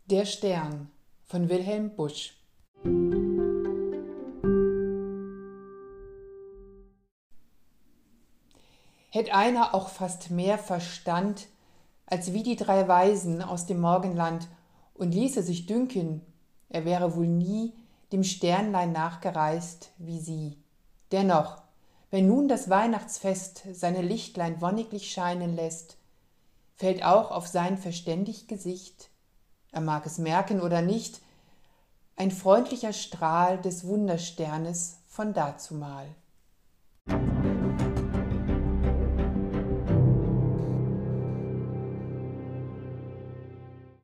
Der Stern von Wilhelm Busch. Hätt einer auch fast mehr Verstand, als wie die 3 Weisen aus dem Morgenland, und ließe sich dünken, er wäre wohl nie dem Sternlein nachgereist wie sie. Dennoch, wenn nun das Weihnachtsfest seine Lichtlein wonniglich scheinen lässt, fällt auch auf sein verständig Gesicht, er mag es merken oder nicht, ein freundlicher Strahl des Wundersternes von dazumal.